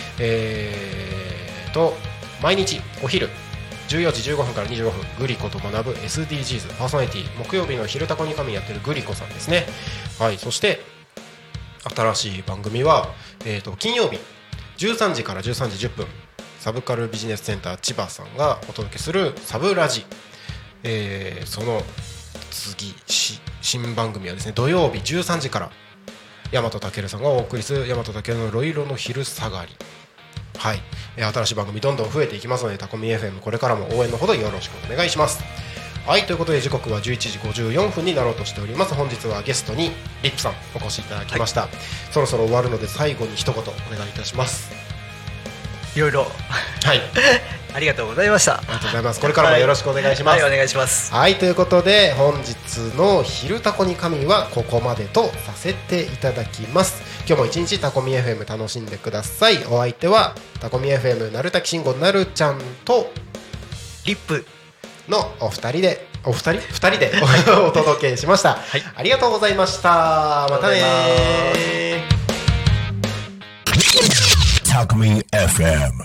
毎日お昼14時15分から25分グリコと学ぶ SDGs パーソナリティ木曜日の昼タコに仮眠やってるグリコさんですね。はい、そして新しい番組は、金曜日13時から13時10分サブカルビジネスセンター千葉さんがお届けするサブラジ、その次新番組はですね土曜日13時から大和健さんがお送りする大和健のロイロの昼下がり。はい、新しい番組どんどん増えていきますのでタコミ FM これからも応援のほどよろしくお願いします。はい、ということで時刻は11時54分になろうとしております。本日はゲストにリップさんお越しいただきました、はい、そろそろ終わるので最後に一言お願いいたします。 いろいろはいありがとうございました。 ありがとうございます。これからもよろしくお願いします。 はい、お願いします。 はい、ということで本日の昼タコに仮眠はここまでとさせていただきます。今日も一日タコミ FM 楽しんでください。お相手はタコミ FM なるたきしんごなるちゃんとリップのお二人でお届けしました、はい、ありがとうございました。またね。 タコミ FM